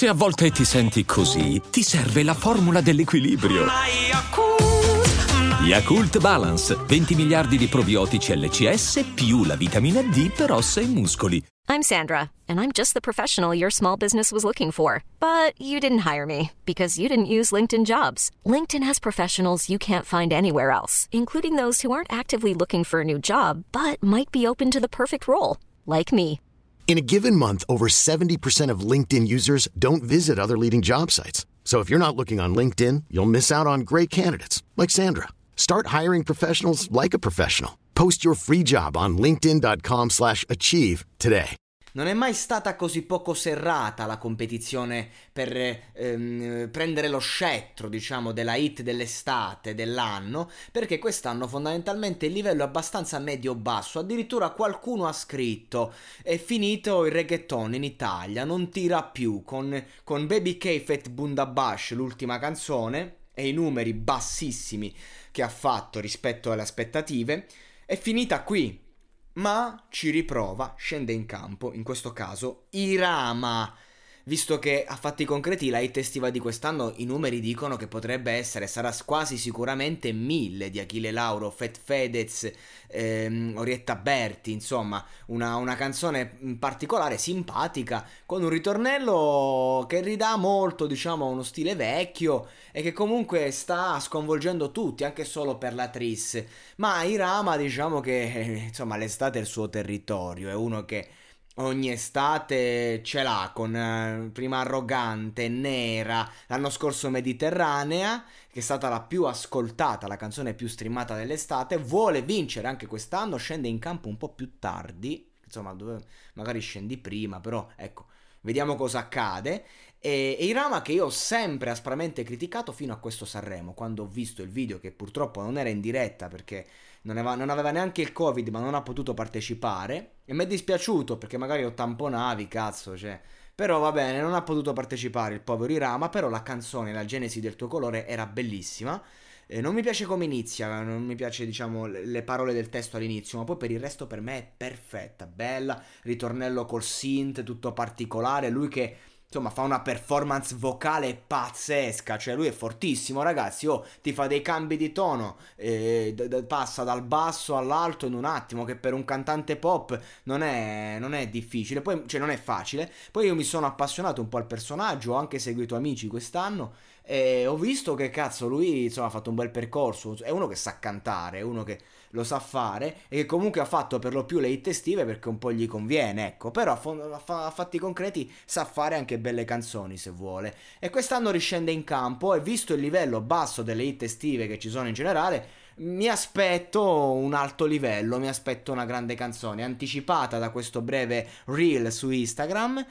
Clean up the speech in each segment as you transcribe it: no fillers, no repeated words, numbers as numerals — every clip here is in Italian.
Se a volte ti senti così, ti serve la formula dell'equilibrio. Yakult Balance, 20 miliardi di probiotici LCS più la vitamina D per ossa e muscoli. I'm Sandra, and I'm just the professional your small business was looking for. But you didn't hire me because you didn't use LinkedIn Jobs. LinkedIn has professionals you can't find anywhere else, including those who aren't actively looking for a new job, but might be open to the perfect role, like me. In a given month, over 70% of LinkedIn users don't visit other leading job sites. So if you're not looking on LinkedIn, you'll miss out on great candidates like Sandra. Start hiring professionals like a professional. Post your free job on linkedin.com/achieve today. Non è mai stata così poco serrata la competizione per prendere lo scettro, diciamo, della hit dell'estate, dell'anno, perché quest'anno fondamentalmente il livello è abbastanza medio-basso. Addirittura qualcuno ha scritto: è finito il reggaeton in Italia, non tira più, con Baby K Fat Bundabash, l'ultima canzone, e i numeri bassissimi che ha fatto rispetto alle aspettative, è finita qui. Ma ci riprova, scende in campo, in questo caso Irama, visto che a fatti concreti la hit estiva di quest'anno i numeri dicono che potrebbe essere, sarà quasi sicuramente 1000 di Achille Lauro, Fat Fedez, Orietta Berti, insomma una canzone particolare, simpatica, con un ritornello che ridà molto, diciamo, uno stile vecchio e che comunque sta sconvolgendo tutti, anche solo per la Tris. Ma Irama, diciamo che insomma l'estate è il suo territorio, è uno che ogni estate ce l'ha, con prima Arrogante, Nera, l'anno scorso Mediterranea, che è stata la più ascoltata, la canzone più streamata dell'estate. Vuole vincere anche quest'anno, scende in campo un po' più tardi, insomma magari scendi prima, però ecco, vediamo cosa accade. E Irama, che io ho sempre aspramente criticato fino a questo Sanremo, quando ho visto il video, che purtroppo non era in diretta perché non aveva neanche il Covid, ma non ha potuto partecipare, e mi è dispiaciuto perché magari lo tamponavi, cazzo, cioè. Però va bene, non ha potuto partecipare il povero Irama, però la canzone, la genesi del tuo colore, era bellissima. Non mi piace come inizia, non mi piace, diciamo, le parole del testo all'inizio, ma poi per il resto per me è perfetta, bella, ritornello col synth, tutto particolare, lui che insomma fa una performance vocale pazzesca, cioè lui è fortissimo, ragazzi, ti fa dei cambi di tono, passa dal basso all'alto in un attimo, che per un cantante pop non è difficile, poi, cioè non è facile. Poi io mi sono appassionato un po' al personaggio, ho anche seguito Amici quest'anno e ho visto che cazzo lui insomma ha fatto un bel percorso, è uno che sa cantare, è uno che lo sa fare e che comunque ha fatto per lo più le hit estive perché un po' gli conviene, ecco, però a fatti concreti sa fare anche belle canzoni se vuole, e quest'anno riscende in campo e visto il livello basso delle hit estive che ci sono in generale, mi aspetto un alto livello, mi aspetto una grande canzone anticipata da questo breve reel su Instagram.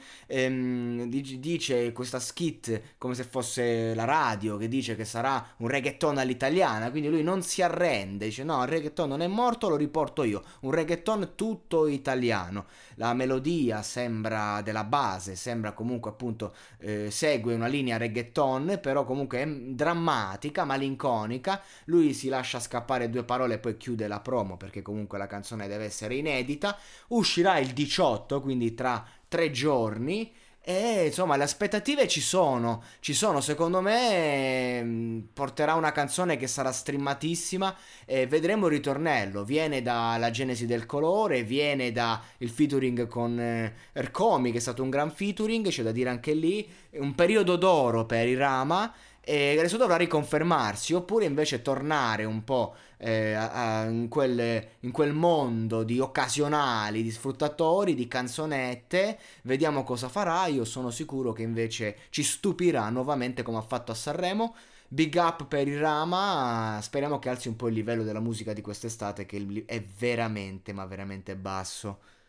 Dice questa skit come se fosse la radio, che dice che sarà un reggaeton all'italiana, quindi lui non si arrende, dice no, il reggaeton non è morto, lo riporto io, un reggaeton tutto italiano. La melodia sembra della base, sembra comunque appunto segue una linea reggaeton, però comunque è drammatica, malinconica. Lui si lascia scappare 2 parole e poi chiude la promo perché comunque la canzone deve essere inedita. Uscirà il 18, quindi tra 3 giorni. E insomma le aspettative ci sono secondo me. Porterà una canzone che sarà streamatissima e vedremo il ritornello. Viene dalla genesi del colore, viene da il featuring con Ercomi, che è stato un gran featuring, c'è da dire anche lì, un periodo d'oro per Irama, e adesso dovrà riconfermarsi oppure invece tornare un po' in quel mondo di occasionali, di sfruttatori, di canzonette. Vediamo cosa farà. Io sono sicuro che invece ci stupirà nuovamente come ha fatto a Sanremo. Big up per Irama, speriamo che alzi un po' il livello della musica di quest'estate, che è veramente, ma veramente basso.